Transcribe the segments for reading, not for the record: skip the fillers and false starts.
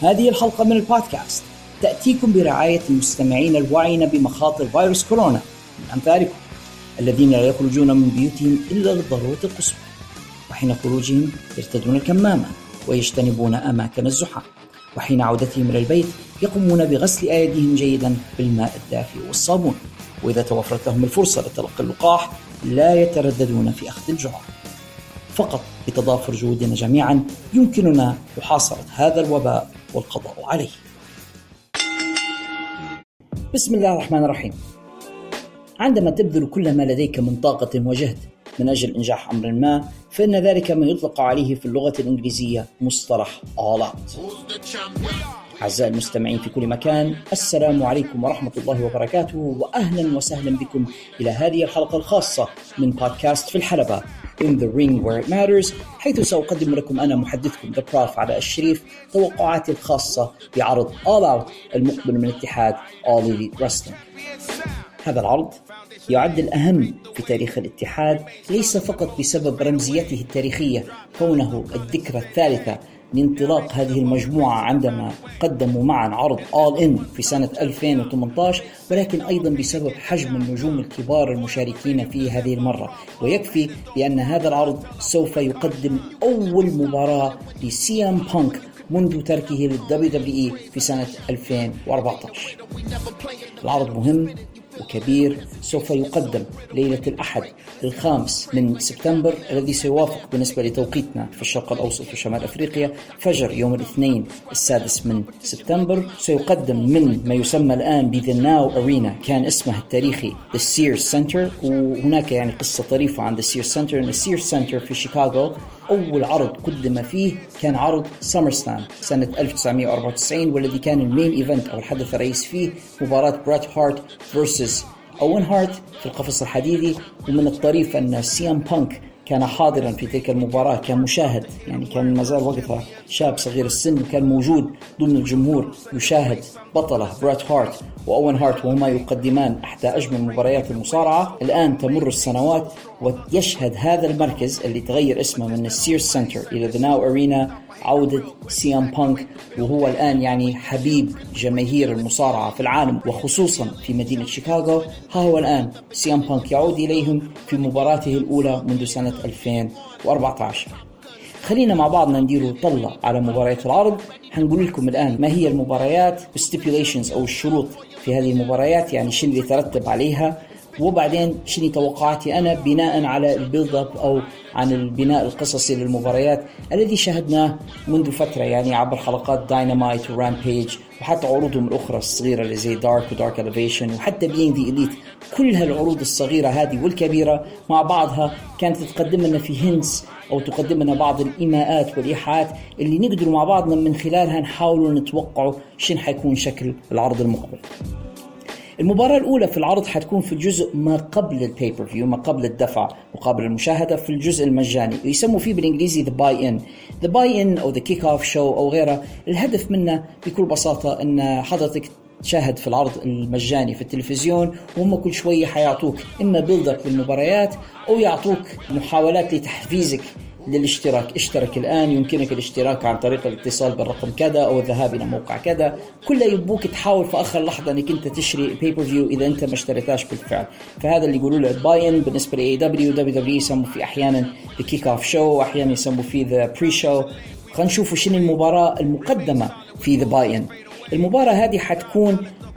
هذه الحلقة من البودكاست تأتيكم برعاية المستمعين الواعين بمخاطر فيروس كورونا من أمثالكم الذين لا يخرجون من بيوتهم إلا للضرورة القصوى، وحين خروجهم يرتدون الكمامة ويجتنبون أماكن الزحام، وحين عودتهم إلى البيت يقومون بغسل أيديهم جيدا بالماء الدافئ والصابون، وإذا توفرت لهم الفرصة لتلقي اللقاح لا يترددون في أخذ الجرعة. فقط بتضافر جهودنا جميعا يمكننا محاصرة هذا الوباء والقضاء عليه. بسم الله الرحمن الرحيم. عندما تبذل كل ما لديك من طاقة وجهد من أجل إنجاح أمر ما، فإن ذلك ما يطلق عليه في اللغة الإنجليزية مصطلح all out. أعزائي المستمعين في كل مكان، السلام عليكم ورحمة الله وبركاته، وأهلا وسهلا بكم إلى هذه الحلقة الخاصة من بودكاست في الحلبة In the Ring Where It Matters، حيث سأقدم لكم أنا محدثكم The Prof علاء الشريف توقعاتي الخاصة بعرض All Out المقبل من اتحاد All Elite Wrestling. هذا العرض يعد الأهم في تاريخ الاتحاد، ليس فقط بسبب رمزيته التاريخية كونه الذكرى الثالثة لانطلاق هذه المجموعة عندما قدموا معا عرض All In في سنة 2018، ولكن أيضا بسبب حجم النجوم الكبار المشاركين في هذه المرة. ويكفي بأن هذا العرض سوف يقدم أول مباراة لسي ام بانك منذ تركه للWWE في سنة 2014. العرض مهم وكبير، سوف يقدم ليلة الأحد 5 من سبتمبر الذي سيوافق بالنسبة لتوقيتنا في الشرق الأوسط وشمال أفريقيا فجر يوم الاثنين 6 من سبتمبر. سيقدم من ما يسمى الآن بذا ناو أرينا، كان اسمه التاريخي The Sears Center، وهناك يعني قصة طريفة عن The Sears Center. إن The Sears Center في شيكاغو أول عرض قدم فيه كان عرض SummerSlam سنة 1994، والذي كان المين إيفنت أو الحدث الرئيس فيه مباراة بريت هارت vs أوين هارت في القفص الحديدي. ومن الطريف أن سي ام بانك كان حاضرا في تلك المباراة كمشاهد، يعني كان مازال وقتها شاب صغير السن، وكان موجود ضمن الجمهور يشاهد بطله بريت هارت وأوين هارت وهما يقدمان أحدى أجمل مباريات المصارعة. الآن تمر السنوات ويشهد هذا المركز اللي تغير اسمه من السيرز سنتر إلى ذا ناو أرينا عودة سي ام بانك، وهو الآن يعني حبيب جماهير المصارعة في العالم وخصوصا في مدينة شيكاغو. ها هو الآن سي ام بانك يعود إليهم في مباراته الأولى منذ سنة 2014. خلينا مع بعضنا نديروا طلة على مباريات العرض. هنقول لكم الآن ما هي المباريات stipulations أو الشروط في هذه المباريات، يعني شنو اللي يترتب عليها، وبعدين شنو توقعاتي أنا بناء على البيلد أب أو عن البناء القصصي للمباريات الذي شاهدناه منذ فترة، يعني عبر حلقات داينامايت ورامبيج وحتى عروضهم الأخرى الصغيرة اللي زي دارك ودارك إليفيشن وحتى بين ذا إليت. كل هالعروض الصغيرة هذه والكبيرة مع بعضها كانت تقدم لنا في هنس أو تقدم لنا بعض الإيماءات والإيحاءات اللي نقدر مع بعضنا من خلالها نحاول نتوقع شن حيكون شكل العرض المقبل. المباراة الأولى في العرض حتكون في الجزء ما قبل البيبر فيو، ما قبل الدفع مقابل المشاهدة، في الجزء المجاني يسموا فيه بالإنجليزي The Buy-In أو The Kick-Off Show أو غيره. الهدف منه بكل بساطة أن حضرتك تشاهد في العرض المجاني في التلفزيون، وهم كل شوية حيعطوك إما بيلدر للمباريات أو يعطوك محاولات لتحفيزك للاشتراك. اشترك الآن، يمكنك الاشتراك عن طريق الاتصال بالرقم كذا أو الذهاب إلى موقع كذا. كله يبوك تحاول في آخر لحظة أنك أنت تشتري بيبر فيو إذا أنت ما اشتريتاش بالفعل. فهذا اللي يقولوا له الباين. بالنسبة ل WWE يسموا فيه أحيانا The Kick-Off Show، أحيانا يسموا فيه The Pre-Show. خلينا نشوفوا شنو المباراة المقدمة في The Buy-In. المباراة هذه حتكون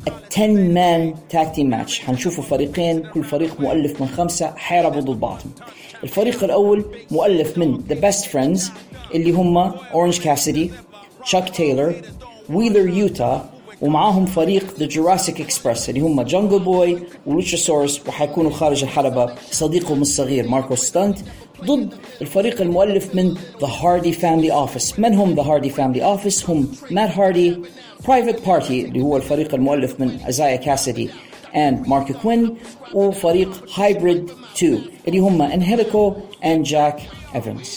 10-man tag team match. حنشوفوا فريقين، كل فريق مؤلف من 5 حيربوا ضد بعضهم. الفريق الأول مؤلف من The Best Friends اللي هم Orange Cassidy، Chuck Taylor، Wheeler Yuta، ومعاهم فريق The Jurassic Express اللي هم Jungle Boy ولوتشاسورس، وحيكونوا خارج الحلبة صديقهم الصغير ماركو ستانت، ضد الفريق المؤلف من The Hardy Family Office. من هم The Hardy Family Office؟ هم مات هاردي، Private Party اللي هو الفريق المؤلف من Isaiah Cassidy and Mark Quinn، وفريق Hybrid 2 اللي هم Angelico and Jack Evans.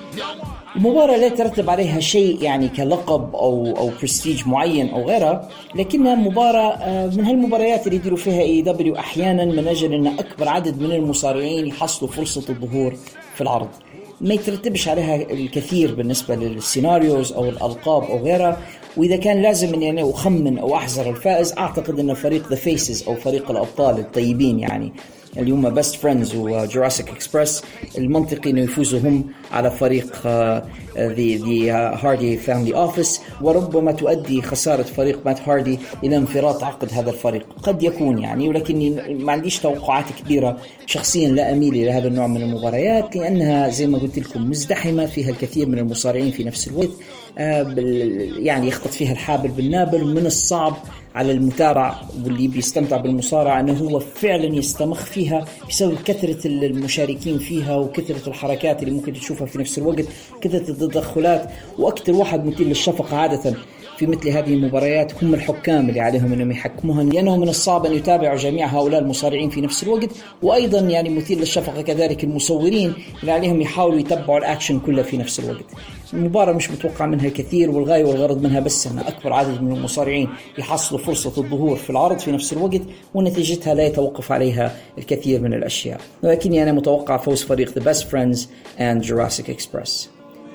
المباراة لا ترتب عليها شيء يعني كلقب أو برستيج معين أو غيرها، لكنها مباراة من هالمباريات اللي يديروا فيها AEW أحيانا من أجل أن أكبر عدد من المصارعين يحصلوا فرصة الظهور في العرض. ما يترتبش عليها الكثير بالنسبة للسيناريوز أو الألقاب أو غيرها، وإذا كان لازم أني أنا أخمن أو أحذر الفائز، أعتقد أن فريق The Faces أو فريق الأبطال الطيبين يعني اللي هم Best Friends وجوراسيك إكسبرس المنطقي أنه يفوزوا هم على فريق The Hardy Family Office، وربما تؤدي خسارة فريق مات هاردي إلى انفراط عقد هذا الفريق، قد يكون يعني، ولكني ما عنديش توقعات كبيرة شخصيا، لا أميل إلى هذا النوع من المباريات لأنها زي ما قلت لكم مزدحمة، فيها الكثير من المصارعين في نفس الوقت، يعني يخطط فيها الحابل بالنابل، ومن الصعب على المتابع واللي بيستمتع بالمصارعة أنه هو فعلا يستمخ فيها بسبب كثرة المشاركين فيها وكثرة الحركات اللي ممكن تشوفها في نفس الوقت، كثرة التدخلات. وأكثر واحد مثير للشفقة عادة في مثل هذه المباريات هم الحكام اللي عليهم أنهم يحكموها، لأنه من الصعب أن يتابعوا جميع هؤلاء المصارعين في نفس الوقت، وأيضا يعني مثير للشفقة كذلك المصورين اللي عليهم يحاولوا يتبعوا الأكشن كله في نفس الوقت. المباراة مش متوقع منها كثير، والغاية والغرض منها بس أن أكبر عدد من المصارعين يحصلوا فرصة الظهور في العرض في نفس الوقت، ونتيجتها لا يتوقف عليها الكثير من الأشياء. ولكني أنا متوقع فوز فريق The Best Friends and Jurassic Express.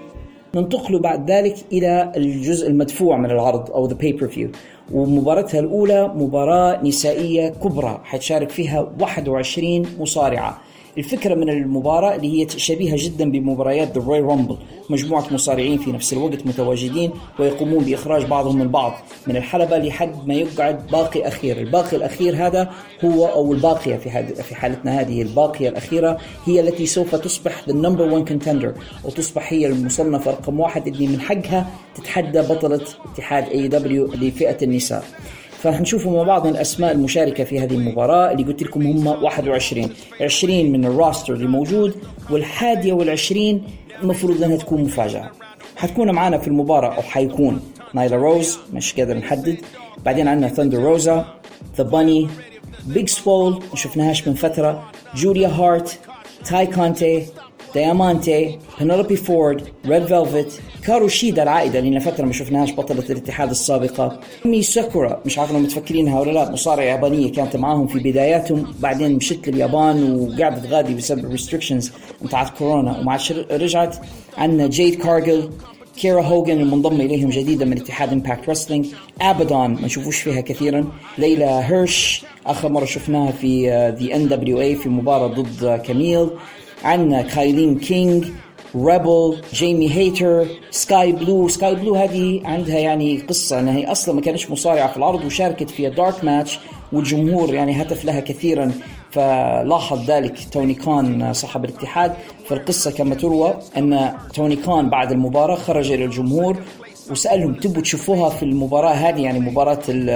ننتقل بعد ذلك إلى الجزء المدفوع من العرض أو The Pay-Per-View، ومباراتها الأولى مباراة نسائية كبرى حتشارك فيها 21 مصارعة. الفكرة من المباراة اللي هي شبيهة جدا بمباريات The Royal Rumble، مجموعة مصارعين في نفس الوقت متواجدين ويقومون بإخراج بعضهم من بعض من الحلبة لحد ما يقعد باقي أخير. الباقي الأخير هذا هو أو الباقية في حالتنا هذه الباقية الأخيرة هي التي سوف تصبح the number one contender، وتصبح هي المصنفة رقم 1 اللي من حقها تتحدى بطلة اتحاد AEW لفئة النساء. فهنشوفوا مع بعض الأسماء المشاركة في هذه المباراة اللي قلت لكم هم 21 من الراستر اللي موجود، والحادية والعشرين المفروض أنها تكون مفاجأة. حتكون معنا في المباراة أو حيكون نايلا روز، مش قادر نحدد، بعدين عندنا ثاندر روزا، ذا باني، بيج سوول ما شفناهاش من فترة، جوليا هارت، تاي كونتي، ديامانتي، بنيلوبي فورد، ريد فيلفت، كارو شيدا العائدة اللي لنا فترة ما شفناهاش بطلة الاتحاد السابقة، مي ساكورا مش عارف انهم متفكرينها ولا لا، مصارعة يابانية كانت معاهم في بداياتهم بعدين مشت لليابان وقعدت غادي بسبب الريستريكشنز بتاعت كورونا ومع رجعت. عندنا جيد كارجل، كيرا هوغن المنضمة إليهم جديدة من اتحاد امباكت رسلينج، أبدون ما نشوفوش فيها كثيرا، ليلى هيرش آخر مرة شفناها في The NWA في مباراة ضد كاميل، عندنا كايلين كينج، ريبل، جيمي هيتر، سكاي بلو هذه عندها يعني قصة أنها هي أصلا ما كانش مصارعة في العرض وشاركت في دارك ماتش والجمهور يعني هتف لها كثيرا، فلاحظ ذلك توني كان صاحب الاتحاد. فالقصة كما تروى أن توني كان بعد المباراة خرج إلى الجمهور وسألهم تبوا تشوفوها في المباراة هذه، يعني مباراة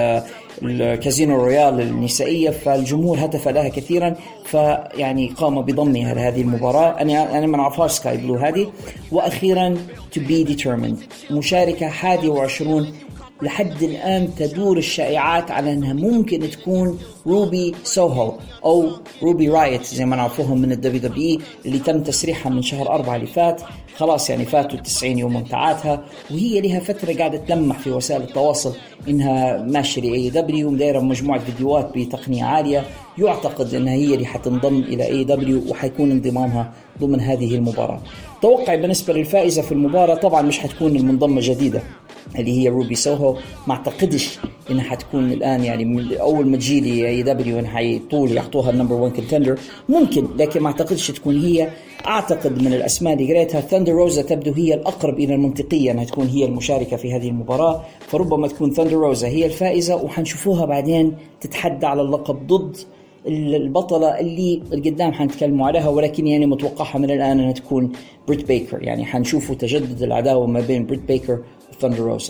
الكازينو رويال النسائية، فالجمهور هتف لها كثيرا، فيعني قام بضمها لهذه المباراة. أنا ما نعرفهاش سكاي بلو هذه. وأخيرا to be determined، مشاركة 21 لحد الآن تدور الشائعات على أنها ممكن تكون روبي سوهو أو روبي رايت زي ما نعرفوهم من WWE اللي تم تسريحها من شهر 4 اللي فات، خلاص يعني فاتوا 90 يوم متاعاتها، وهي لها فترة قاعدة تلمح في وسائل التواصل إنها ماشية AEW ومدايرة مجموعة فيديوهات بتقنية عالية، يعتقد أنها هي اللي حتنضم إلى AEW وحيكون انضمامها ضمن هذه المباراة. توقعي بالنسبة للفائزة في المباراة طبعا مش حتكون المنضمة جديدة اللي هي روبي سوهو، ما اعتقدش انها حتكون الان يعني من اول ما تجي لي اي دبليو ان حيطول يعطوها النمبر 1 كونتندر ممكن، لكن ما اعتقدش تكون هي. اعتقد من الاسماء اللي قريتها ثاندر روزا تبدو هي الاقرب الى المنطقيه انها تكون هي المشاركه في هذه المباراه، فربما تكون ثاندر روزا هي الفائزه، وحنشوفوها بعدين تتحدى على اللقب ضد البطلة اللي القدام حنتكلموا عليها، ولكن يعني متوقعها من الآن أنها تكون بريت بيكر، يعني حنشوفوا تجدد العداوة ما بين بريت بيكر وثاندر روزا.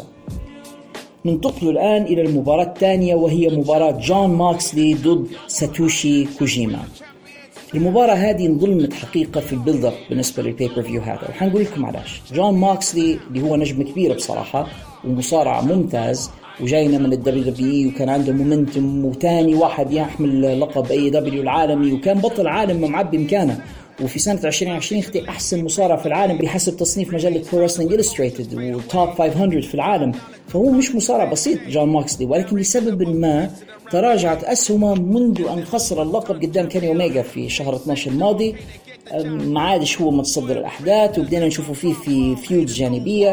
ننتقل الآن إلى المباراة الثانية وهي مباراة جون ماكسلي ضد ساتوشي كوجيما. المباراة هذه انظلمت حقيقة في البيلد اب بالنسبة للبيبر فيو هذا، وحنقول لكم علاش. جون ماكسلي اللي هو نجم كبير بصراحة ومصارع ممتاز وجاينا من WWE وكان عنده مومنتم وتاني واحد يحمل لقب AEW العالمي وكان بطل عالم معبي مكانه، وفي سنة 2020 اختي أحسن مصارع في العالم بحسب تصنيف مجلة Pro Wrestling Illustrated وتوب 500 في العالم. فهو مش مصارع بسيط جون ماكسلي، ولكن لسبب ما تراجعت أسهمه منذ أن خسر اللقب قدام كيني أوميجا في شهر 12 الماضي. ما عادش هو متصدر الأحداث وبدينا نشوفه فيه في فيودز جانبية.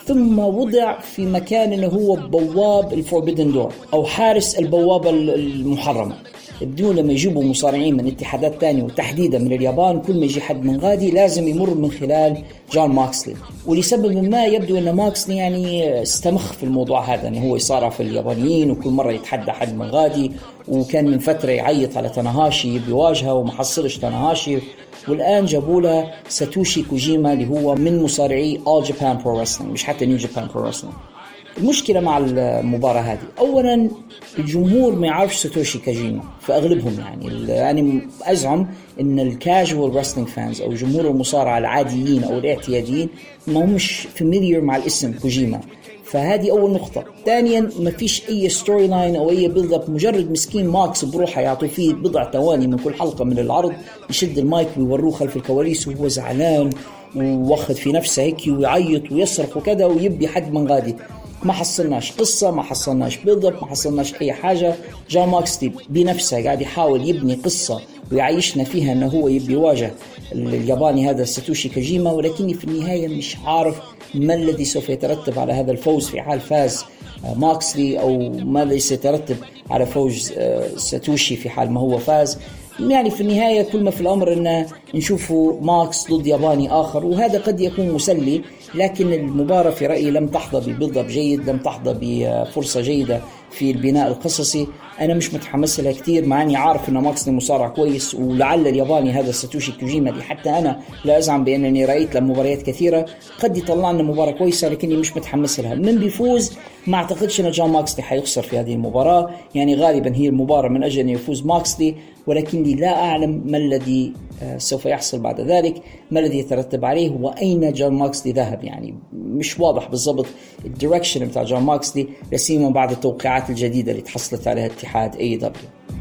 ثم وضع في مكان انه هو بواب الفوربيدن دور او حارس البوابة المحرمة. بدون لما يجيبوا مصارعين من اتحادات تانية وتحديدا من اليابان، كل ما يجي حد من غادي لازم يمر من خلال جون موكسلي، ولسبب ما يبدو ان موكسلي يعني استمخ في الموضوع هذا، يعني هو يصارع في اليابانيين وكل مرة يتحدى حد من غادي، وكان من فترة يعيط على تاناهاشي بيواجهه وما حصلش تاناهاشي، والآن جابوا له ساتوشي كوجيما اللي هو من مصارعي All Japan Pro Wrestling مش حتى New Japan Pro Wrestling. المشكلة مع المباراة هذه، أولا الجمهور ما يعرفش ساتوشي كوجيما فأغلبهم، يعني أزعم إن الكاجوال رسلينج فانز أو جمهور المصارعة العاديين أو الاعتياديين ما همش فاميليير مع الاسم كوجيما، فهذه أول نقطة. ثانيا ما فيش أي ستوري لاين أو أي بيلد أب، مجرد مسكين ماكس بروحه يعطوا فيه بضع ثواني من كل حلقة من العرض، يشد المايك ويوروه خلف الكواليس وهو زعلان وواخد في نفسه هيك ويعيط ويصرخ وكذا ويبي حد من غادي. ما حصلناش قصة، ما حصلناش بيلد اب، ما حصلناش أي حاجة. جون موكسلي بنفسه قاعد يحاول يبني قصة ويعيشنا فيها أنه هو يبي يواجه الياباني هذا ساتوشي كوجيما، ولكني في النهاية مش عارف ما الذي سوف يترتب على هذا الفوز في حال فاز موكسلي، أو ما الذي سيترتب على فوز ساتوشي في حال ما هو فاز. يعني في النهاية كل ما في الأمر أن نشوفوا ماكس ضد ياباني آخر، وهذا قد يكون مسلي، لكن المباراة في رأيي لم تحظى ببيلد جيد، لم تحظى بفرصة جيدة في البناء القصصي. أنا مش متحمس لها كتير، مع أني عارف أن ماكس مصارع كويس، ولعل الياباني هذا ساتوشي كوجيما اللي حتى أنا لا أزعم بأنني رأيت له مباريات كثيرة قد يطلع لنا مباراة كويسة، لكني مش متحمس لها. من بيفوز ما أعتقدش أن جون ماكسلي حيخسر في هذه المباراة، يعني غالبا هي المباراة من أجل أن يفوز ماكسلي، ولكني لا أعلم ما الذي سوف يحصل بعد ذلك، ما الذي يترتب عليه، وأين جون ماكسلي ذهب. يعني مش واضح بالضبط الديركشن بتاع جون ماكسلي، لسيما بعد التوقيعات الجديدة اللي تحصلت عليها اتحاد AEW.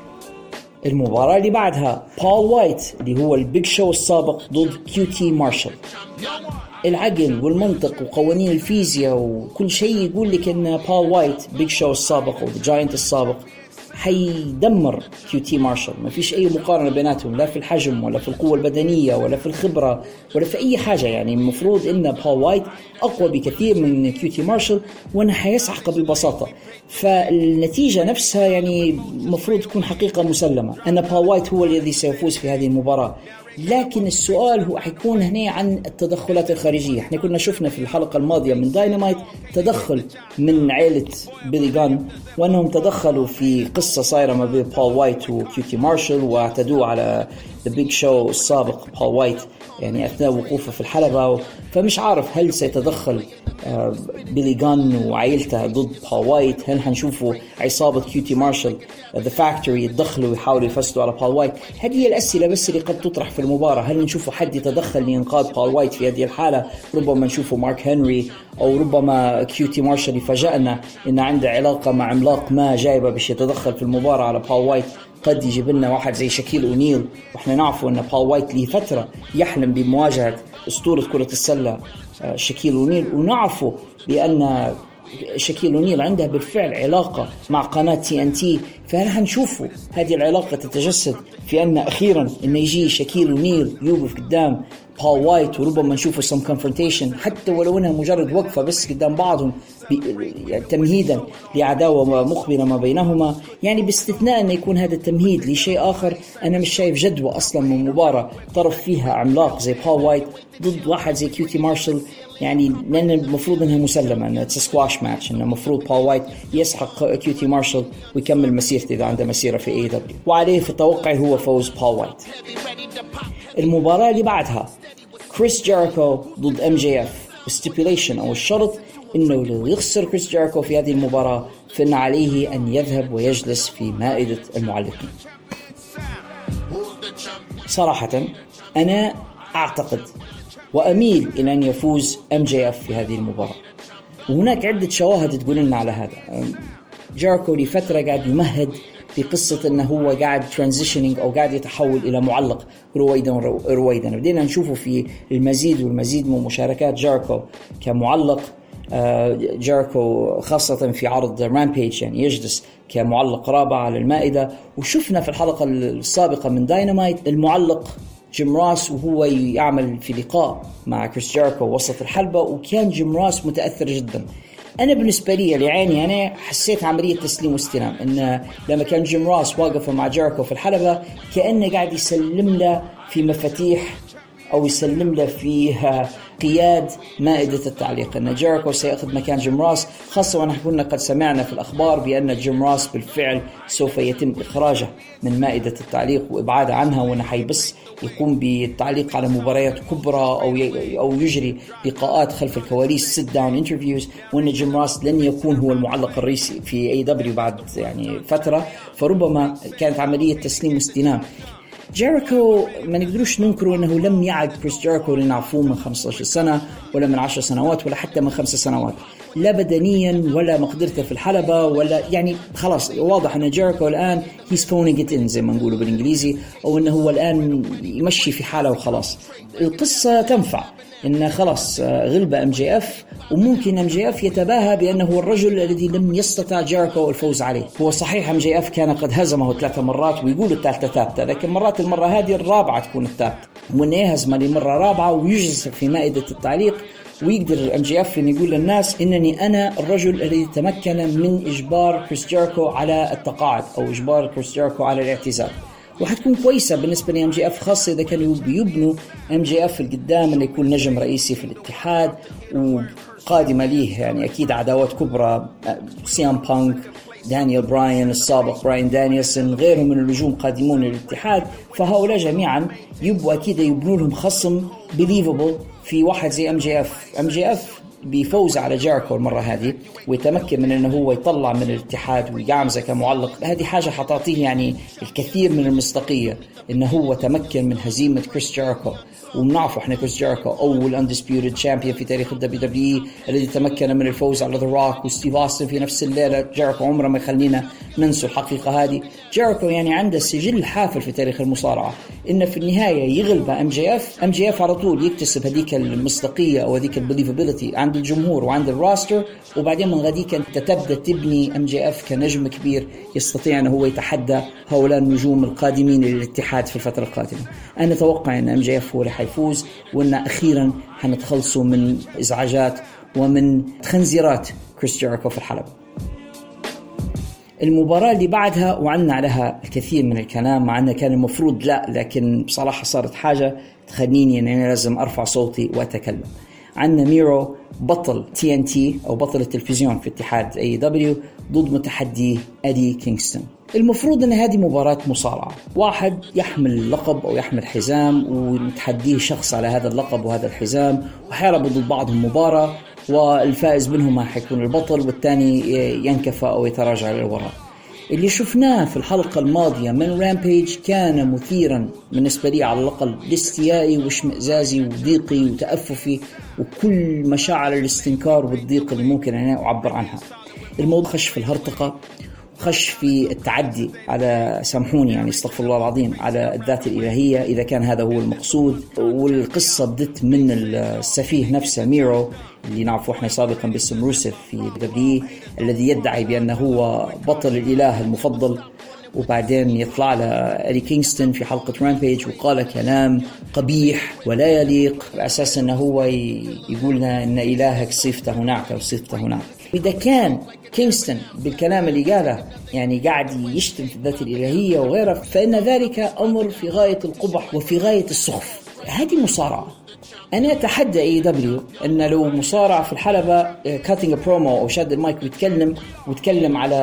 المباراة اللي بعدها بول وايت اللي هو البيج شو السابق ضد QT مارشال. العقل والمنطق وقوانين الفيزياء وكل شيء يقول لك ان بول وايت بيج شو السابق او جاينت السابق حيدمر QT مارشال. ما فيش أي مقارنة بيناتهم، لا في الحجم ولا في القوة البدنية ولا في الخبرة ولا في أي حاجة. يعني المفروض إن بول وايت أقوى بكثير من QT مارشال، وأنه حيسحق ببساطة. فالنتيجة نفسها يعني مفروض تكون حقيقة مسلمة أن بول وايت هو الذي سيفوز في هذه المباراة. لكن السؤال هو حيكون هنا عن التدخلات الخارجية. احنا كنا شفنا في الحلقة الماضية من داينامايت تدخل من عائلة بيلي جان، وأنهم تدخلوا في قصة صايرة ما بين بول وايت وكيوتي مارشال، واعتدوا على The Big Show السابق بول وايت يعني أثناء وقوفه في الحلبة. فمش عارف هل سيتدخل بيلي جان وعائلته ضد بول وايت، هل هنشوفوا عصابة كيوتي مارشال The Factory يتدخلوا ويحاولوا يفسدوا على بول وايت. هذه هي الأسئلة بس اللي قد تطرح في المباراة. هل نشوفوا حد يتدخل لإنقاذ بول وايت في هذه الحالة؟ ربما نشوفوا مارك هنري، أو ربما كيوتي مارشال يفاجئنا إن عنده علاقة مع عملاق ما جايبه باش يتدخل في المباراة على بول وايت. قد يجيب لنا واحد زي شاكيل أونيل، وإحنا نعرفوا أن بول وايت له فترة يحلم بمواجهة أسطورة كرة السلة شاكيل أونيل، ونعرفوا بأن شاكيل أونيل عنده بالفعل علاقة مع قناة TNT. فهل هنشوفوا هذه العلاقة تتجسد في أن أخيرا إن يجي شاكيل أونيل يوقف قدام بول وايت، وربما نشوفوا some confrontation حتى ولو إنها مجرد وقفة بس قدام بعضهم تمهيدا لعداوة مقبلة ما بينهما. يعني باستثناء أن يكون هذا التمهيد لشيء آخر، أنا مش شايف جدوى أصلا من مباراة طرف فيها عملاق زي بول وايت ضد واحد زي كيوتي مارشال. يعني لأن المفروض أنها مسلمة أنها سكواش ماتش، أنه المفروض بول وايت يسحق كيوتي مارشال ويكمل مسيرته إذا عنده مسيرة في AEW، وعليه في توقعي هو فوز بول وايت. المباراة اللي بعدها كريس جيريكو ضد MJF. stipulation أو الشرط إنه لو يخسر كريس جيريكو في هذه المباراة فإن عليه أن يذهب ويجلس في مائدة المعلقين. صراحة أنا أعتقد وأميل إلى أن يفوز MJF في هذه المباراة، وهناك عدة شواهد تقول لنا على هذا. جيريكو لفترة قاعد يمهد في قصة أنه هو قاعد transitioning أو قاعد يتحول إلى معلق رويدا. بدينا نشوفه في المزيد والمزيد من مشاركات جيريكو كمعلق. جيريكو خاصة في عرض رامبيج يعني يجلس كمعلق رابع على المائدة. وشفنا في الحلقة السابقة من داينامايت المعلق جيم راس وهو يعمل في لقاء مع كريس جيريكو وسط الحلبة، وكان جيم راس متأثر جدا. أنا بالنسبة لي لعيني أنا حسيت عملية تسليم واستلام، إن لما كان جيم راس واقف مع جيريكو في الحلبة كأنه قاعد يسلم له في مفاتيح أو يسلم له فيها قياد مائدة التعليق، أن جيريكو سيأخذ مكان جيم راس، خاصة ونحن كنا قد سمعنا في الأخبار بأن جيم راس بالفعل سوف يتم إخراجه من مائدة التعليق وإبعاده عنها، وأنه حيبس يقوم بالتعليق على مباريات كبرى أو يجري لقاءات خلف الكواليس sit down interviews، وأن جيم راس لن يكون هو المعلق الرئيسي في AEW بعد يعني فترة، فربما كانت عملية تسليم واستلام. جيريكو ما نقدروش ننكره أنه لم يعد كريس جيريكو اللي نعرفوه من 15 سنة ولا من 10 سنوات ولا حتى من 5 سنوات، لا بدنيا ولا مقدرته في الحلبة، ولا يعني خلاص واضح أن جيريكو الآن he's phoning it in زي ما نقوله بالإنجليزي، أو أنه هو الآن يمشي في حاله وخلاص. القصة تنفع إن خلاص غلبة MJF، وممكن MJF يتباهى بأنه هو الرجل الذي لم يستطع جيريكو الفوز عليه. هو صحيح MJF كان قد هزمه 3 مرات ويقول الثالثة ثابتة، لكن مرات المرة هذه الرابعة تكون الثابتة، وأن يهزم لمرة رابعة ويجلس في مائدة التعليق، ويقدر MJF أن يقول للناس إنني أنا الرجل الذي تمكن من إجبار كريس جيريكو على التقاعد أو إجبار كريس جيريكو على الاعتزال، وحتكون كويسة بالنسبة ل MJF، خاصة إذا كانوا بيبنوا MJF القدام اللي يكون نجم رئيسي في الاتحاد وقادمة ليه يعني أكيد عداوات كبرى، سيام بانك، دانيال براين السابق، براين دانيلسون، غيرهم من النجوم قادمون للاتحاد، فهؤلاء جميعا يبقوا أكيد يبنوا لهم خصم believable في واحد زي MJF بيفوز على جيريكو المرة هذه ويتمكن من أنه هو يطلع من الاتحاد ويقعمزه كمعلق، هذه حاجة حتعطيه يعني الكثير من المصداقية إنه هو تمكن من هزيمة كريس جيريكو. ومنعرفه احنا كريس جيريكو أول undisputed champion في تاريخ WWE الذي تمكن من الفوز على ذا روك وستيف أوستن في نفس الليلة. جيريكو عمره ما يخلينا ننسوا الحقيقة هذه. جيريكو يعني عنده سجل حافل في تاريخ المصارعة، إن في النهاية يغلب MJF على طول يكتسب هذيك المصداقية أو هذيك البليفابيليتي عند الجمهور وعند الراستر، وبعدين من غاديك أنت تبدأ تبني MJF كنجم كبير يستطيع أنه هو يتحدى هؤلاء النجوم القادمين للاتحاد في الفترة القادمة. أنا أتوقع أن MJF هو اللي حيفوز، وأن أخيرا حنتخلصوا من إزعاجات ومن تخنزيرات كريس جيريكو في الحلبة. المباراة اللي بعدها وعنا عليها الكثير من الكلام، مع أنه كان المفروض لا، لكن بصراحة صارت حاجة تخليني أن أنا لازم أرفع صوتي وأتكلم. عنا ميرو بطل TNT أو بطل التلفزيون في اتحاد AEW ضد متحدي أدي كينغستون. المفروض أن هذه مباراة مصارعة، واحد يحمل لقب أو يحمل حزام ومتحديه شخص على هذا اللقب وهذا الحزام، وحيلعبوا ضد بعضهم مباراة، والفائز منهما حيكون البطل والثاني ينكفى أو يتراجع للوراء. اللي شفناه في الحلقة الماضية من رامبيج كان مثيرا بالنسبة لي على الأقل لاستيائي واشمئزازي وضيقي وتأففي وكل مشاعر الاستنكار والضيق اللي ممكن أنا أعبر عنها. الموضوع خش في الهرطقة، خش في التعدي على، سامحوني يعني استغفر الله العظيم، على الذات الإلهية إذا كان هذا هو المقصود. والقصة بدت من السفيه نفسه ميرو اللي نعرفه احنا سابقا باسم روسف في WWE، الذي يدعي بأنه هو بطل الإله المفضل، وبعدين يطلع له أدي كينغستون في حلقة رامبيج وقال كلام قبيح ولا يليق، على أساس أنه هو يقول لنا أن إلهك صفته هناك أو صفته هناك. إذا كان كينغستون بالكلام اللي قاله يعني قاعد يشتم في الذات الإلهية وغيره، فإن ذلك أمر في غاية القبح وفي غاية السخف. هذه مصارعة. أنا أتحدى AEW أن لو مصارع في الحلبة كاتينج برومو أو شاد المايك ويتكلم على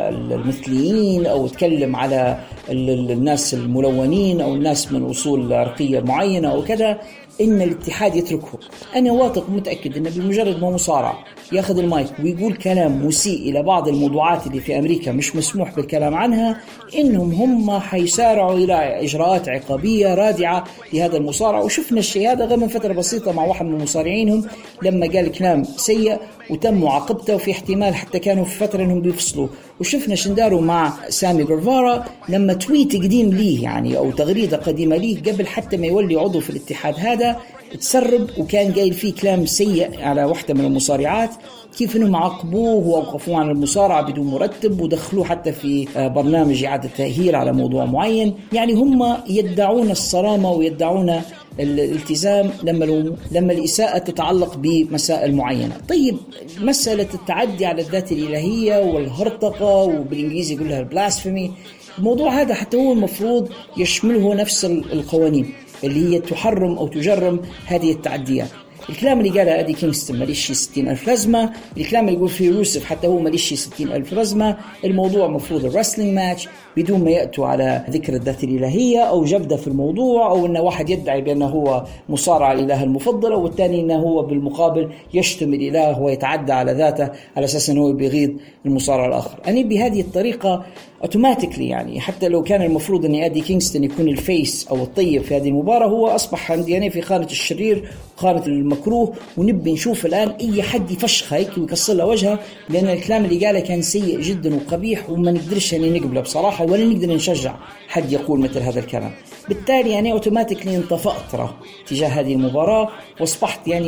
المثليين أو يتكلم على الناس الملونين أو الناس من أصول عرقية معينة أو كذا، إن الاتحاد يتركه. أنا واثق متأكد أن بمجرد ما مصارع يأخذ المايك ويقول كلام مسيء إلى بعض الموضوعات اللي في أمريكا مش مسموح بالكلام عنها، إنهم هم حيسارعوا إلى إجراءات عقابية رادعة لهذا المصارع. وشفنا الشيء هذا غير من فترة بسيطة مع واحد من مصارعينهم لما قال كلام سيء وتم معاقبته، وفي احتمال حتى كانوا في فترة إنهم بيفصلوا. وشفنا شندارو مع سامي غيفارا لما تويت قديم ليه يعني أو تغريدة قديمة ليه قبل حتى ما يولي عضو في الاتحاد هذا، تسرب وكان قايل فيه كلام سيء على واحدة من المصارعات، كيف انهم عاقبوه ووقفوه عن المصارعة بدون مرتب ودخلوه حتى في برنامج إعادة تأهيل على موضوع معين. يعني هم يدعون الصرامة ويدعون الالتزام لما الإساءة تتعلق بمسائل معينة. طيب مسألة التعدي على الذات الإلهية والهرطقة وبالإنجليزي يقولها البلاسفيمي، الموضوع هذا حتى هو المفروض يشمله نفس القوانين اللي هي تحرم أو تجرم هذه التعديات. الكلام اللي قاله أدي كينغستون ماليش 60,000 لازمة، الكلام اللي يقول فيه يوسف حتى هو ماليش 60,000 لازمة. الموضوع مفروض الرسلينج ماتش بدون ما يأتوا على ذكر الذات الإلهية أو جبدة في الموضوع، أو أن واحد يدعي بأنه هو مصارع الإله المفضل والثاني أنه هو بالمقابل يشتم الإله ويتعدى على ذاته على أساس أنه بيغيظ المصارع الآخر. أنا بهذه الطريقة اوتوماتيكلي يعني حتى لو كان المفروض أن أدي كينغستون يكون الفيس أو الطيب في هذه المباراة، هو أصبح عندي يعني في خانة الشرير وخانة المكروه. ونبي نشوف الآن أي حد يفشخ هيك ويكسر له وجهه، لأن الكلام اللي قاله كان سيء جدا وقبيح وما نقدرش يعني نقبله بصراحة، ولا نقدر نشجع حد يقول مثل هذا الكلام. بالتالي يعني اوتوماتيكلي انطفأت تجاه هذه المباراة واصبحت يعني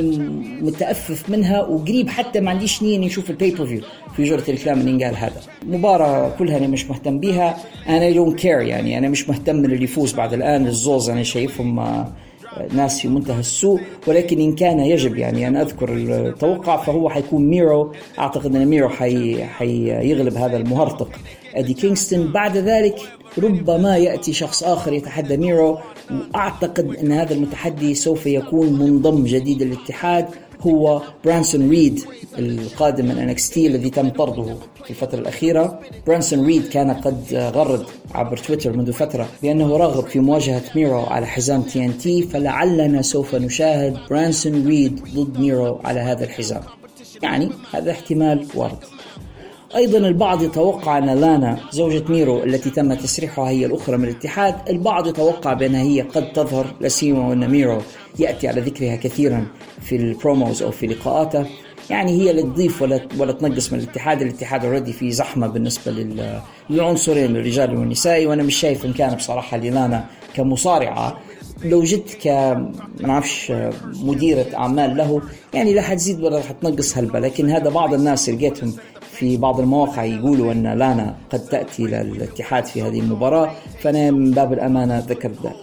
متأفف منها، وقريب حتى ما عنديش نية نشوف البيبر فيو في جرة الكلام اللي قال هذا. مباراة كلها أنا مش مهتم بيها، أنا don't care يعني أنا مش مهتم من اللي يفوز بعد الآن. الزوز أنا شايفهم ناس في منتهى السوء، ولكن إن كان يجب يعني أن أذكر التوقع فهو حيكون ميرو. أعتقد أن ميرو حيغلب هذا المهرطق أدي كينغستون. بعد ذلك ربما يأتي شخص آخر يتحدى ميرو، وأعتقد أن هذا المتحدي سوف يكون منضم جديد للاتحاد، هو برانسون ريد القادم من NXT الذي تم طرده في الفترة الأخيرة. برانسون ريد كان قد غرد عبر تويتر منذ فترة بأنه راغب في مواجهة ميرو على حزام TNT، فلعلنا سوف نشاهد برانسون ريد ضد ميرو على هذا الحزام، يعني هذا احتمال وارد. أيضا البعض يتوقع أن لانا زوجة ميرو التي تم تسريحها هي الأخرى من الاتحاد، البعض يتوقع بأنها هي قد تظهر، لا سيما وأن ميرو يأتي على ذكرها كثيرا في البروموز أو في لقاءاته. يعني هي لا تضيف ولا تنقص من الاتحاد already في زحمة بالنسبة للعنصرين الرجال والنساء. وأنا مش شايف إن كان بصراحة لانا كمصارعة لو جت كمنعرفش مديرة أعمال له يعني لا حتزيد ولا حتنقص هلبة. لكن هذا بعض الناس لقيتهم في بعض المواقع يقولوا أن لانا قد تأتي للاتحاد في هذه المباراة، فأنا من باب الأمانة ذكرت ذلك.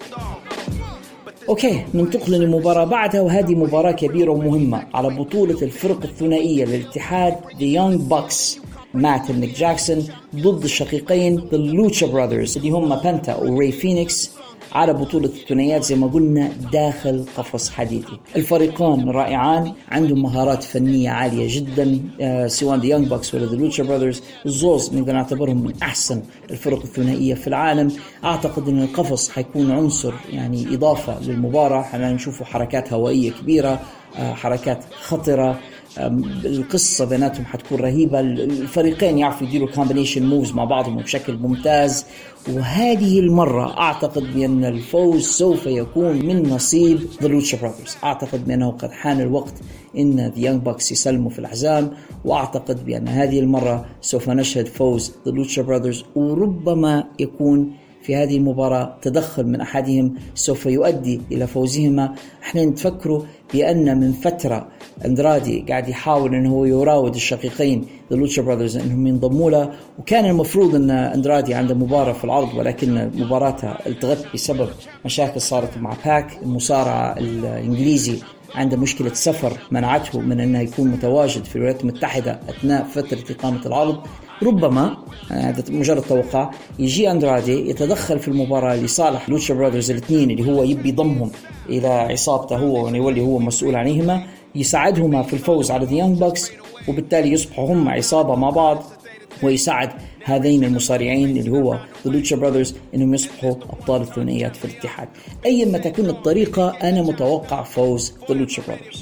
أوكي، ننتقل للمباراة بعدها، وهذه مباراة كبيرة ومهمة على بطولة الفرق الثنائية للاتحاد The Young Bucks مات نيك جاكسون ضد الشقيقين The Lucha Brothers اللي هم بانتا وري فينيكس على بطولة الثنائيات زي ما قلنا داخل قفص حديدي. الفريقان رائعان، عندهم مهارات فنية عالية جدا، سواء The Young Bucks ولا The Lucha Brothers. الزوز نقدر نعتبرهم من أحسن الفرق الثنائية في العالم. أعتقد أن القفص حيكون عنصر يعني إضافة للمباراة، حنشوفوا حركات هوائية كبيرة، حركات خطرة، القصة بيناتهم حتكون رهيبة. الفريقين يعرفوا يديروا كومبينيشن موفز مع بعضهم بشكل ممتاز، وهذه المرة أعتقد بأن الفوز سوف يكون من نصيب The Lucha Brothers. أعتقد بأنه قد حان الوقت إن The Young Bucks يسلموا في الحزام، وأعتقد بأن هذه المرة سوف نشهد فوز The Lucha Brothers، وربما يكون في هذه المباراة تدخل من أحدهم سوف يؤدي إلى فوزهما. احنا نتفكروا بأن من فترة أندرادي قاعد يحاول أنه يراود الشقيقين The Lucha Brothers أنهم ينضموا له، وكان المفروض أن أندرادي عنده مباراة في العرض، ولكن مباراته التغت بسبب مشاكل صارت مع باك المصارع الإنجليزي. عنده مشكلة سفر منعته من أنه يكون متواجد في الولايات المتحدة أثناء فترة إقامة العرض. ربما هذا مجرد توقع يجي أندرادي يتدخل في المباراة لصالح لوتشا برادرز الاثنين اللي هو يبي ضمهم إلى عصابته هو ويولي هو مسؤول عنهما، يساعدهما في الفوز على The Young Bucks، وبالتالي يصبحوا هم عصابة مع بعض، ويساعد هذين المصارعين اللي هو The Lucha Brothers إنهم يصبحوا أبطال الثنائيات في الاتحاد. أيما تكون الطريقة أنا متوقع فوز The Lucha Brothers.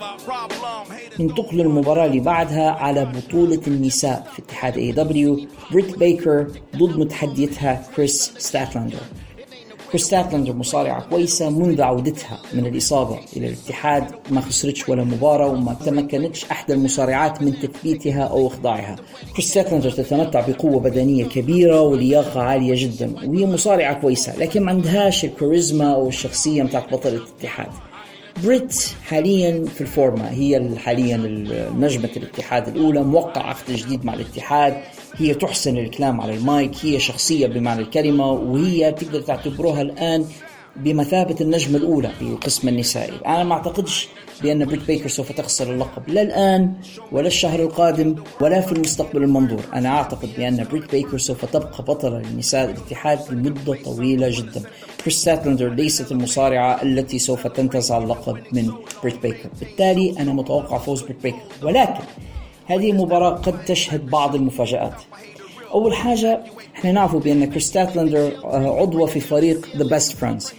ننتقل للمباراة اللي بعدها على بطولة النساء في اتحاد AEW، بريت بيكر ضد متحديتها كريس ستاتلاندر. كريس ستاتلاندر مصارعة كويسة منذ عودتها من الإصابة إلى الاتحاد، ما خسرتش ولا مباراة وما تمكنتش أحد المصارعات من تثبيتها أو إخضاعها. كريس ستاتلاندر تتمتع بقوة بدنية كبيرة ولياقة عالية جدا، وهي مصارعة كويسة لكن ما عندهاش الكاريزما أو الشخصية متاعت بطلة الاتحاد. بريت حاليا في الفورمة، هي حاليا نجمة الاتحاد الأولى، موقع عقد جديد مع الاتحاد، هي تحسن الكلام على المايك، هي شخصية بمعنى الكلمة، وهي تقدر تعتبروها الآن بمثابة النجمة الأولى في القسم النسائي. أنا ما أعتقدش بأن بريت بيكر سوف تخسر اللقب، لا الآن ولا الشهر القادم ولا في المستقبل المنظور. أنا أعتقد بأن بريت بيكر سوف تبقى بطلة للنساء الاتحاد لمدة طويلة جدا. كريس ستاتلندر ليست المصارعة التي سوف تنتزع اللقب من بريت بيكر، بالتالي أنا متوقع فوز بريت بيكر، ولكن هذه المباراة قد تشهد بعض المفاجآت. أول حاجة احنا نعرف بأن كريس ستاتلندر عضوة في فريق The Best Friends،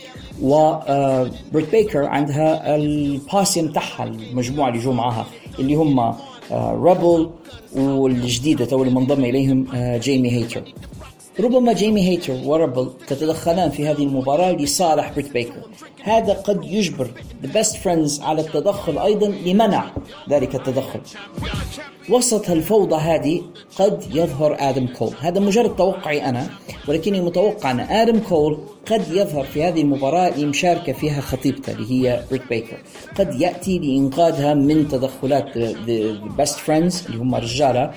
وبريت بيكر عندها الباسي متاعها، المجموعة اللي جو معها اللي هم ريبل، والجديدة تو اللي منضم إليهم جيمي هيتر. ربما جيمي هيتر وريبل تتدخلان في هذه المباراة لصالح بريت بيكر، هذا قد يجبر The Best Friends على التدخل أيضا لمنع ذلك التدخل. وسط الفوضى هذه قد يظهر آدم كول، هذا مجرد توقعي أنا، ولكني متوقع أن آدم كول قد يظهر في هذه المباراة لمشاركة فيها خطيبته اللي هي بريت بيكر، قد يأتي لإنقاذها من تدخلات The Best Friends اللي هم رجالة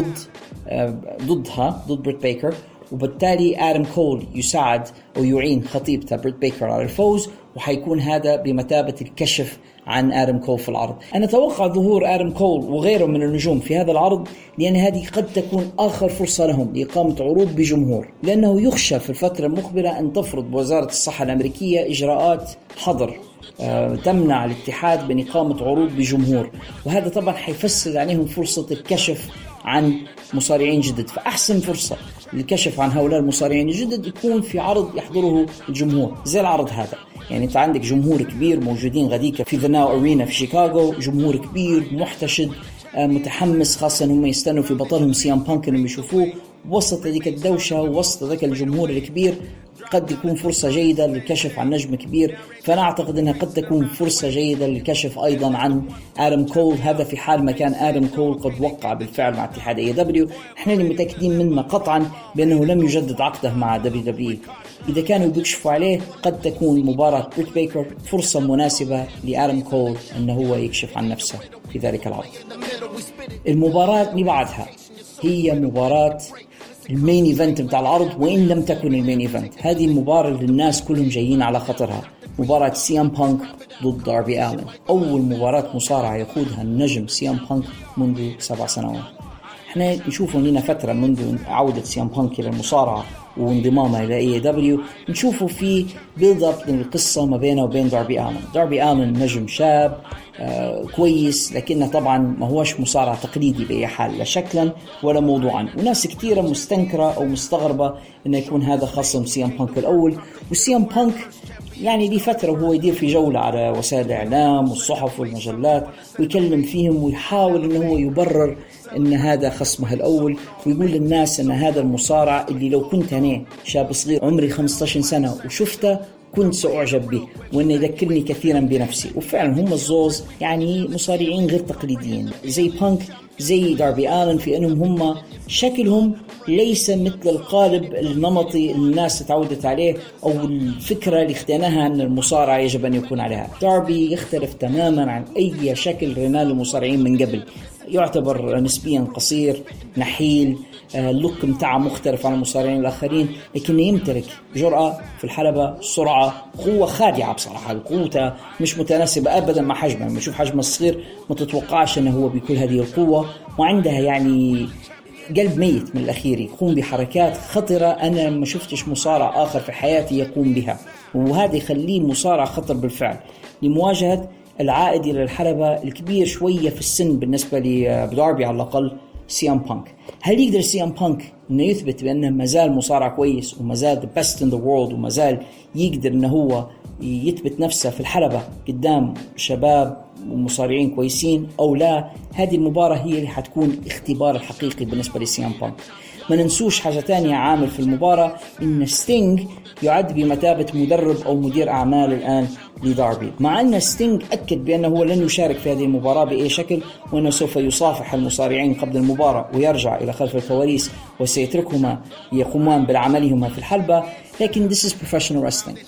ضدها ضد بريت بيكر، وبالتالي آدم كول يساعد أو يعين خطيبته بريت بيكر على الفوز، وحيكون هذا بمثابة الكشف عن آدم كول في العرض. أنا أتوقع ظهور آدم كول وغيره من النجوم في هذا العرض، لأن هذه قد تكون آخر فرصة لهم لإقامة عروض بجمهور، لأنه يخشى في الفترة المقبلة أن تفرض وزارة الصحة الأمريكية إجراءات حظر تمنع الاتحاد من إقامة عروض بجمهور، وهذا طبعا حيفسد عليهم فرصة الكشف عن مصارعين جدد. فأحسن فرصة للكشف عن هؤلاء المصارعين الجدد يكون في عرض يحضره الجمهور زي العرض هذا. يعني أنت عندك جمهور كبير موجودين غديك في ذا ناو أرينا في شيكاغو، جمهور كبير محتشد متحمس، خاصة هم يستنوا في بطلهم سي ام بانك انهم يشوفوه. وسط ذيك الدوشة وسط ذاك الجمهور الكبير قد يكون فرصة جيدة للكشف عن نجم كبير، فأنا أعتقد أنها قد تكون فرصة جيدة للكشف أيضا عن آدم كول، هذا في حال ما كان آدم كول قد وقع بالفعل مع اتحاد AEW. احنا اللي متأكدين منا قطعا بأنه لم يجدد عقده مع WWE. إذا كانوا بيكشفوا عليه قد تكون مباراة بريت بيكر فرصة مناسبة لآدم كول أنه هو يكشف عن نفسه في ذلك العرض. المباراة اللي بعدها هي مباراة المين ايفنت بتاع العرض، وإن لم تكن المين ايفنت. هذه المباراة اللي الناس كلهم جايين على خطرها، مباراة سي ام بانك ضد داربي آلن. أول مباراة مصارعة يقودها النجم سي ام بانك منذ 7 سنوات. احنا نشوفه لنا فترة منذ عودة سي ام بانك إلى المصارعة وانضمامه إلى AEW، نشوفه في بيلد اب للقصة ما بينه وبين داربي آلن. داربي آلن نجم شاب كويس، لكنه طبعا ما هوش مصارع تقليدي بأي حال، لا شكلا ولا موضوعا، وناس كثيرة مستنكرة أو مستغربة أن يكون هذا خصم سي ام بانك الأول. والسي ام بانك يعني دي فترة وهو يدير في جولة على وسائل الإعلام والصحف والمجلات ويكلم فيهم ويحاول أنه هو يبرر أن هذا خصمه الأول، ويقول للناس أن هذا المصارع اللي لو كنت أنا شاب صغير عمري 15 سنة وشفته كنت سأعجب به، وأنه يذكرني كثيرا بنفسي. وفعلا هم الزوز يعني مصارعين غير تقليديين زي بانك زي داربي آلن، في أنهم هم شكلهم ليس مثل القالب النمطي الناس تعودت عليه أو الفكرة اللي اختناها أن المصارع يجب أن يكون عليها. داربي يختلف تماما عن أي شكل رمال المصارعين من قبل، يعتبر نسبيا قصير نحيل، اللوك متاعه مختلف عن المصارعين الآخرين، لكنه يمتلك جرأة في الحلبة، سرعة، قوة خادعة بصراحة. قوته مش متناسبة أبدا مع حجمه، لما تشوف حجمه الصغير ما تتوقعش أنه هو بكل هذه القوة، وعندها يعني قلب ميت من الأخير، يقوم بحركات خطرة أنا ما شفتش مصارع آخر في حياتي يقوم بها، وهذا يخليه مصارع خطر بالفعل لمواجهة العائد إلى الحلبة الكبير شوية في السن بالنسبة لداربي على الأقل سي ام بانك. هل يقدر سي ام بانك انه يثبت بانه مازال مصارع كويس ومازال the best in the world ومازال يقدر انه هو يثبت نفسه في الحلبة قدام شباب ومصارعين كويسين او لا؟ هذه المباراة هي اللي حتكون اختبار الحقيقي بالنسبة لسي ام بانك. ما ننسوش حاجة تانية عامل في المباراة، إن ستينج يعد بمثابة مدرب أو مدير أعمال الآن لداربي، مع أن ستينج أكد بأنه هو لن يشارك في هذه المباراة بأي شكل، وأنه سوف يصافح المصارعين قبل المباراة ويرجع إلى خلف الكواليس وسيتركهما يقومان بعملهما في الحلبة. لكن this is professional wrestling،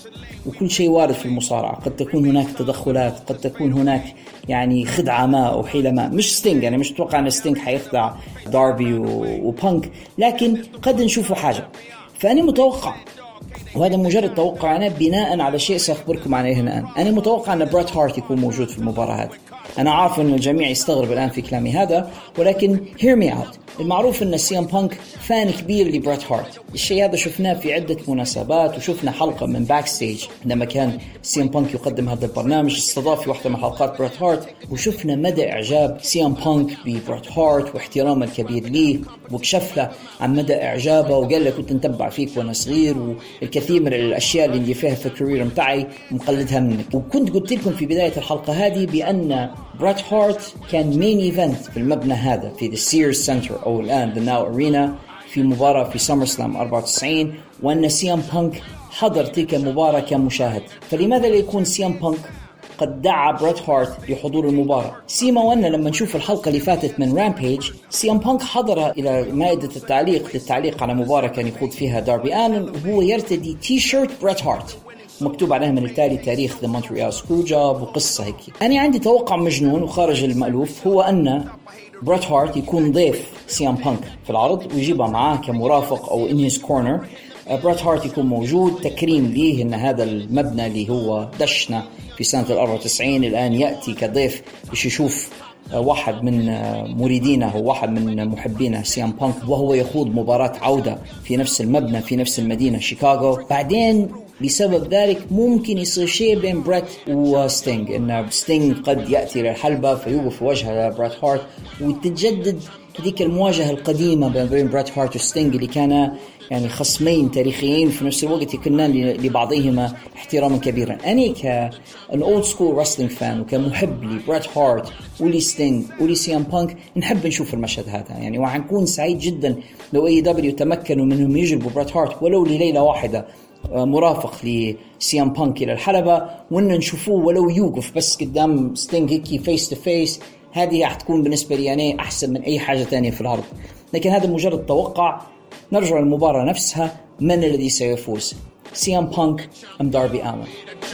وكل شيء وارد في المصارعة. قد تكون هناك تدخلات، قد تكون هناك يعني خدعة ما أو حيلة ما. مش ستينج، يعني مش أتوقع أن ستينج حيخدع داربي وبانك، لكن قد نشوفوا حاجة. فأنا متوقع، وهذا مجرد توقع أنا بناء على شيء سأخبركم عليه الآن، أنا متوقع أن بريت هارت يكون موجود في المباراة هذه. أنا عارف أن الجميع يستغرب الآن في كلامي هذا، ولكن hear me out. المعروف أن سي ام بانك فان كبير لبريت هارت. الشيء هذا شفناه في عدة مناسبات، وشفنا حلقة من باك ستيج لما كان سي ام بانك يقدم هذا البرنامج، استضاف في واحدة من حلقات بريت هارت، وشفنا مدى إعجاب سي ام بانك ببريت هارت واحترامه الكبير ليه، وكشف له عن مدى إعجابه وقال له كنت نتبع فيك وأنا صغير، والكثير من الأشياء اللي عندي فيها في الكارير متاعي مقلدها منك. وكنت قلت لكم في بداية الحلقة هذه بأن بريت هارت كان مين ايفنت في المبنى هذا في The Sears Center أو الآن The Now Arena في مباراة في سمر سلام 94، وأن سي ام بانك حضر تلك المباراة كمشاهد. فلماذا لا يكون سي ام بانك قد دعا بريت هارت لحضور المباراة؟ سيما وأن لما نشوف الحلقة اللي فاتت من رامبيج، سي ام بانك حضر إلى مائدة التعليق للتعليق على مباراة كان يخوض فيها داربي آلن، وهو يرتدي تي شيرت بريت هارت مكتوب عليها من التالي تاريخ The Montreal Screwjob وقصة هيك. أنا عندي توقع مجنون وخارج المألوف، هو أن بريت هارت يكون ضيف سي ام بانك في العرض ويجيبها معاه كمرافق أو in his corner. بريت هارت يكون موجود تكريم ليه أن هذا المبنى اللي هو دشنا في سنة 94 الآن يأتي كضيف باش يشوف واحد من مريدينه وواحد من محبينه سي ام بانك وهو يخوض مباراة عودة في نفس المبنى في نفس المدينة شيكاغو. بعدين بسبب ذلك ممكن يصير شيء بين بريت وستينج، ان ستينج قد يأتي للحلبة فيوقف في وجه بريت هارت وتتجدد ذيك المواجهة القديمة بين بريت هارت وستينج اللي كان يعني خصمين تاريخيين في نفس الوقت يكونان لبعضهما احتراما كبيرا. أنا كالأولد سكول رسلينج فان وكمحب لبريت هارت ولستينج ولسي ام بانك نحب نشوف المشهد هذا يعني، وحنكون سعيد جدا لو اي دبليو تمكنوا منهم يجلبوا بريت هارت ولو لليلة واحدة مرافق لسي ام بانك إلى الحلبة، وإن نشوفوه ولو يوقف بس قدام ستينج هيك فيس تو فيس. هذه حتكون بالنسبة لي يعني أحسن من أي حاجة تانية في العرض، لكن هذا مجرد توقع. نرجع للمباراة نفسها، من الذي سيفوز؟ سي ام بانك أم داربي آلن؟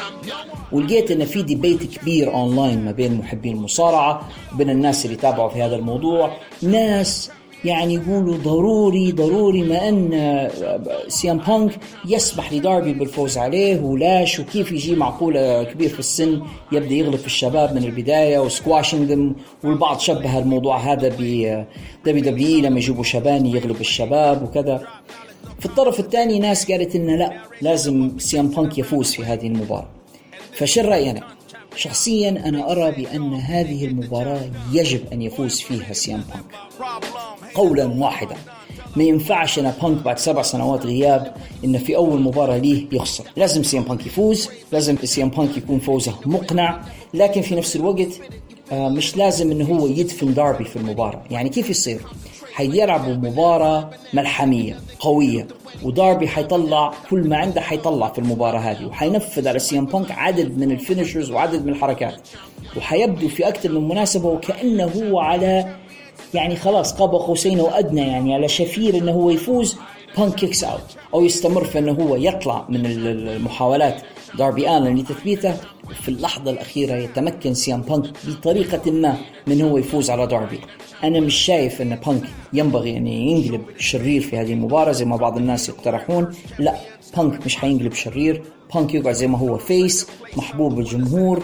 ولقيت أن في ديبيت كبير أونلاين ما بين محبين المصارعة وبين الناس اللي تابعوا في هذا الموضوع. ناس يعني يقولوا ضروري ما أن سي ام بانك يسمح لداربي بالفوز عليه، ولاش وكيف يجي معقولة كبير في السن يبدأ يغلب في الشباب من البداية وسكواشينج ذم. والبعض شبه الموضوع هذا ب WWE لما يجيبوا شباني يغلب الشباب وكذا. في الطرف الثاني ناس قالت إن لا، لازم سي ام بانك يفوز في هذه المباراة. فشو رأيي أنا؟ شخصيا أنا أرى بأن هذه المباراة يجب أن يفوز فيها سي ام بانك قولا واحدا. ما ينفعش أنا بانك بعد 7 سنوات غياب إن في أول مباراة ليه يخسر. لازم سي ام بانك يفوز، لازم سي ام بانك يكون فوزه مقنع، لكن في نفس الوقت مش لازم إنه هو يدفن داربي في المباراة. يعني كيف يصير؟ حيلعبوا مباراة ملحمية قوية، وداربي حيطلع كل ما عنده حيطلع في المباراة هذه، وحينفذ على سي ام بانك عدد من الفينيشرز وعدد من الحركات، وحيبدو في أكثر من مناسبة وكأنه هو على يعني خلاص قاب قوسين وأدنى، يعني على شفير أنه هو يفوز. بانك كيكس أوت أو يستمر في أنه هو يطلع من المحاولات داربي آلن لتثبيته، وفي اللحظة الأخيرة يتمكن سي ام بانك بطريقة ما من هو يفوز على داربي. أنا مش شايف أن بانك ينبغي أن ينقلب شرير في هذه المباراة زي ما بعض الناس يقترحون. لا، بانك مش حينقلب شرير، بانك يقعد زي ما هو فيس محبوب الجمهور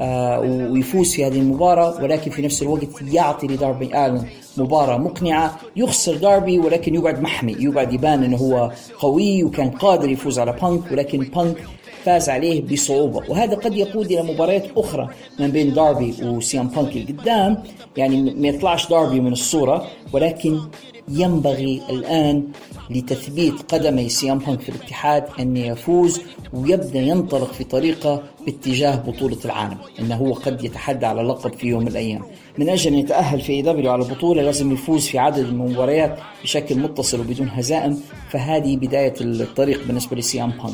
ويفوز في هذه المباراة، ولكن في نفس الوقت يعطي لداربي آلن مباراة مقنعة. يخسر داربي ولكن يقعد محمي، يقعد يبان أنه هو قوي وكان قادر يفوز على بانك، ولكن بانك فاز عليه بصعوبة. وهذا قد يقود إلى مباريات أخرى من بين داربي وسي ام بانك القدام، يعني ما يطلعش داربي من الصورة، ولكن ينبغي الآن لتثبيت قدمي سي ام بانك في الاتحاد أن يفوز ويبدأ ينطلق في طريقة باتجاه بطولة العالم، أنه هو قد يتحدى على اللقب في يوم من الأيام. من أجل أن يتأهل في AEW على البطولة لازم يفوز في عدد من المباريات بشكل متصل وبدون هزائم، فهذه بداية الطريق بالنسبة لسي ام بانك.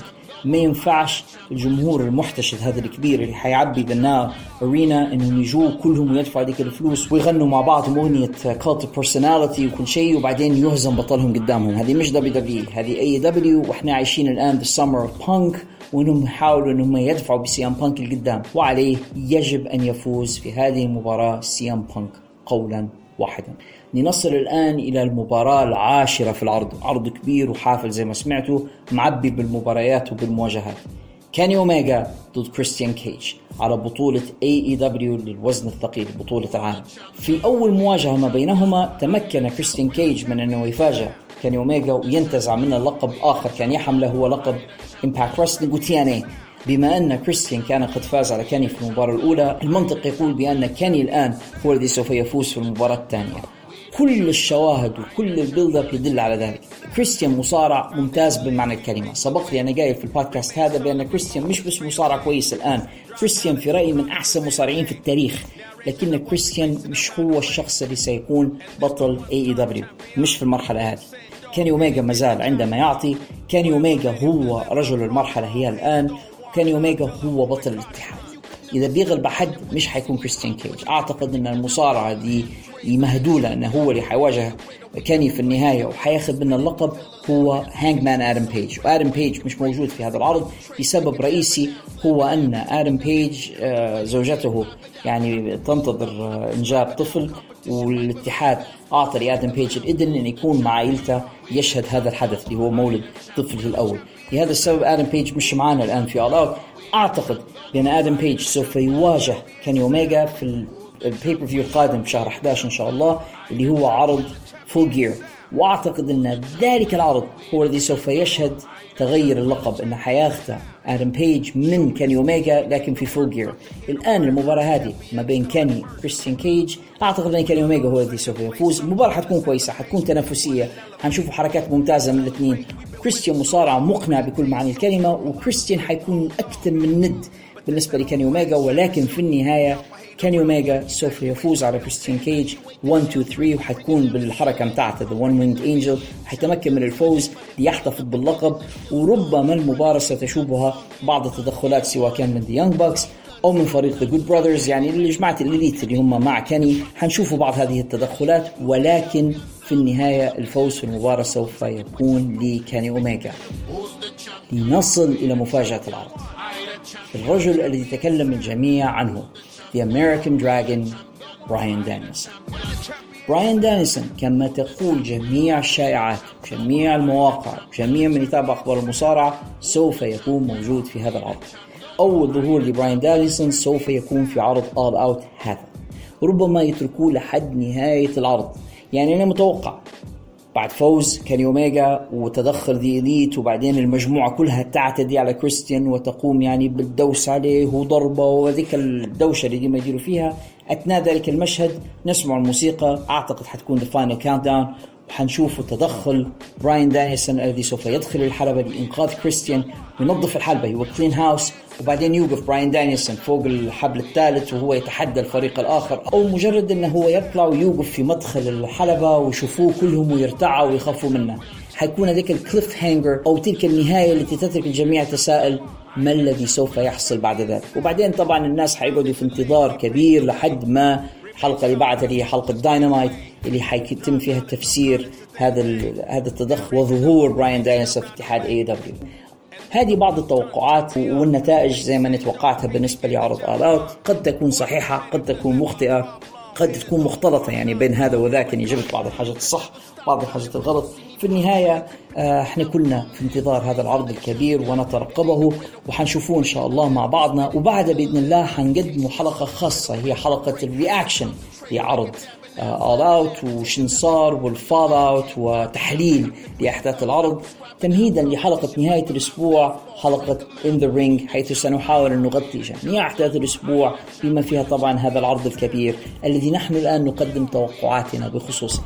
ما ينفعش الجمهور المحتشد هذا الكبير اللي حيعبي ذا أرينا إنهم يجوا كلهم ويدفعوا ديك الفلوس ويغنوا مع بعضهم أغنية Cult of Personality وكل شيء وبعدين يهزم بطلهم قدامهم. هذه مش WWE، هذه AEW، وإحنا عايشين الآن The Summer of Punk، وإنهم يحاولوا إنهم يدفعوا بسي ام بانك القدام، وعليه يجب أن يفوز في هذه المباراة سي ام بانك قولا واحدا. لنصل الآن إلى المباراة العاشرة في العرض، عرض كبير وحافل زي ما سمعتوا، معبي بالمباريات وبالمواجهات. كيني أوميجا ضد كريستيان كيج على بطولة AEW للوزن الثقيل، بطولة العالم. في أول مواجهة ما بينهما تمكن كريستيان كيج من أنه يفاجأ كيني أوميجا وينتزع منه لقب آخر كان يحمله، هو لقب Impact Wrestling وTNA. بما أن كريستيان كان قد فاز على كيني في المباراة الأولى، المنطق يقول بأن كيني الآن هو الذي سوف يفوز في المباراة الثانية. كل الشواهد وكل البيلد اب يدل على ذلك. كريستيان مصارع ممتاز بمعنى الكلمة. سبق لي أنا قايل في البودكاست هذا بأن كريستيان مش بس مصارع كويس الآن، كريستيان في رأيي من أحسن مصارعين في التاريخ، لكن كريستيان مش هو الشخص اللي سيكون بطل AEW، مش في المرحلة هذه. كيني أوميجا مازال عندما يعطي. كيني أوميجا هو رجل المرحلة هي الآن، وكيني أوميجا هو بطل الاتحاد. إذا بيغلب حد مش حيكون كريستيان كيج. أعتقد أن المصارعة دي يمهدوله أنه هو اللي حيواجه كيني في النهاية وحياخذ منه اللقب هو هانجمان آدم بيج. وآدم بيج مش موجود في هذا العرض لسبب رئيسي، هو أن آدم بيج زوجته يعني تنتظر إنجاب طفل، والاتحاد أعطى لآدم بيج الإذن أن يكون مع عائلته يشهد هذا الحدث اللي هو مولد طفله الأول. لهذا السبب آدم بيج مش معنا الآن في آلاء. أعتقد بأن آدم بيج سوف يواجه كيني أوميجا في البيبر فيو القادم في شهر 11 إن شاء الله، اللي هو عرض فول جير. وأعتقد أن ذلك العرض هو الذي سوف يشهد تغير اللقب، أن حياخده آدم بيج من كيني أوميجا لكن في فول جير. الآن المباراة هذه ما بين كيني وكريستيان كيج، أعتقد أن كيني أوميجا هو الذي سوف يفوز. المباراة حتكون كويسة، حتكون تنافسية، هنشوف حركات ممتازة من الاثنين. كريستيان مصارع مقنع بكل معاني الكلمة، وكريستيان حيكون أكثر من ند بالنسبة لكيني أوميجا، ولكن في النهاية كيني أوميجا سوف يفوز على كريستيان كيج 1-2-3، وحتكون بالحركة متاعته The One Winged Angel، حيتمكن من الفوز ليحتفظ باللقب. وربما المباراة ستشوبها بعض التدخلات سواء كان من The Young Bucks أو من فريق The Good Brothers، يعني اللي جماعة الإليت اللي هم مع كيني، حنشوفوا بعض هذه التدخلات. ولكن في النهاية الفوز في المباراة سوف يكون لكيني أوميجا. لنصل إلى مفاجأة العرض، الرجل الذي تكلم الجميع عنه The American Dragon براين دانيلسون. براين دانيلسون كما تقول جميع الشائعات، جميع المواقع، جميع من يتابع أخبار المصارعة، سوف يكون موجود في هذا العرض. أول ظهور لبراين دانيلسون سوف يكون في عرض All Out هذا، وربما يتركوه لحد نهاية العرض. يعني أنا متوقع بعد فوز كيني أوميجا وتدخل ذي إليت وبعدين المجموعة كلها تعتدي على كريستيان وتقوم يعني بالدوس عليه وضربه وذيك الدوشة اللي ما يديروا فيها، أثناء ذلك المشهد نسمع الموسيقى، أعتقد حتكون The Final Countdown، وحنشوف تدخل براين دانيلسون الذي سوف يدخل الحلبة لإنقاذ كريستيان وينظف الحلبة، هو كلين هاوس، وبعدين يوقف براين دانيلسون فوق الحبل الثالث وهو يتحدى الفريق الآخر، أو مجرد أنه هو يطلع ويوقف في مدخل الحلبة ويشوفوه كلهم ويرتعوا ويخافوا منه. حيكون ذلك الكليف هانجر أو تلك النهاية التي تترك الجميع يتساءل ما الذي سوف يحصل بعد ذلك. وبعدين طبعا الناس حيقعدوا في انتظار كبير لحد ما الحلقة اللي بعدها اللي هي حلقة داينامايت اللي حيتم فيها تفسير هذا التدخل وظهور براين دانيلسون في اتحاد AEW. هذه بعض التوقعات والنتائج زي ما نتوقعتها بالنسبة لعرض All Out. قد تكون صحيحة، قد تكون مخطئة، قد تكون مختلطة يعني بين هذا وذاك، يعني جبت بعض الحاجات الصح بعض الحاجات الغلط. في النهاية احنا كلنا في انتظار هذا العرض الكبير ونترقبه وحنشوفوه إن شاء الله مع بعضنا، وبعد بإذن الله حنقدم حلقة خاصة هي حلقة الرياكشن لعرض All Out وشن صار والفال اوت وتحليل لأحداث العرض، تمهيدا لحلقة نهاية الأسبوع حلقة In the Ring، حيث سنحاول أن نغطي جميع أحداث الأسبوع بما فيها طبعا هذا العرض الكبير الذي نحن الآن نقدم توقعاتنا بخصوصه.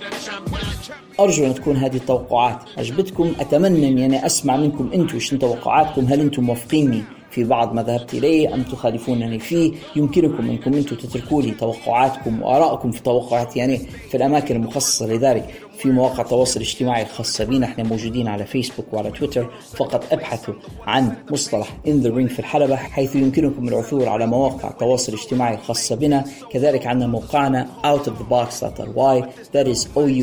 أرجو أن تكون هذه التوقعات عجبتكم. أتمنى أن أنا أسمع منكم أنتم شن توقعاتكم، هل أنتم موافقيني في بعض ما ذهبت إليه أم تخالفونني فيه؟ يمكنكم أنكم أنتم تتركوا لي توقعاتكم وآراءكم في توقعاتي يعني في الأماكن المخصصة لذلك في مواقع التواصل الاجتماعي الخاصة بنا. احنا موجودين على فيسبوك وعلى تويتر، فقط ابحثوا عن مصطلح In the Ring في الحلبة، حيث يمكنكم العثور على مواقع التواصل الاجتماعي الخاصة بنا. كذلك عندنا موقعنا outofthebox.ly، that is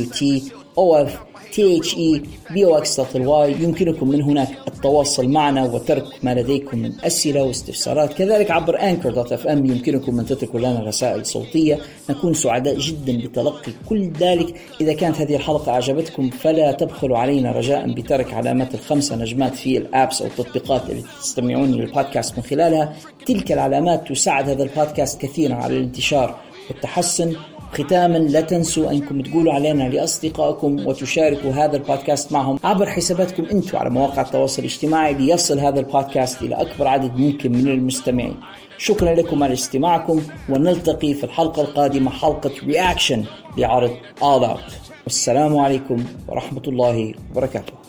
outofthebox.ly. يمكنكم من هناك التواصل معنا وترك ما لديكم من أسئلة واستفسارات. كذلك عبر anchor.fm يمكنكم أن تتركوا لنا رسائل صوتية، نكون سعداء جدا بتلقي كل ذلك. إذا كانت هذه الحلقة أعجبتكم فلا تبخلوا علينا رجاء بترك علامات ال5 نجمات في الابس أو التطبيقات اللي تستمعون للبودكاست من خلالها. تلك العلامات تساعد هذا البودكاست كثيرا على الانتشار والتحسن. ختاما، لا تنسوا أنكم تقولوا علينا لأصدقائكم وتشاركوا هذا البودكاست معهم عبر حساباتكم أنتم على مواقع التواصل الاجتماعي ليصل هذا البودكاست إلى أكبر عدد ممكن من المستمعين. شكرا لكم على استماعكم، ونلتقي في الحلقة القادمة، حلقة رياكشن لعرض All Out. والسلام عليكم ورحمة الله وبركاته.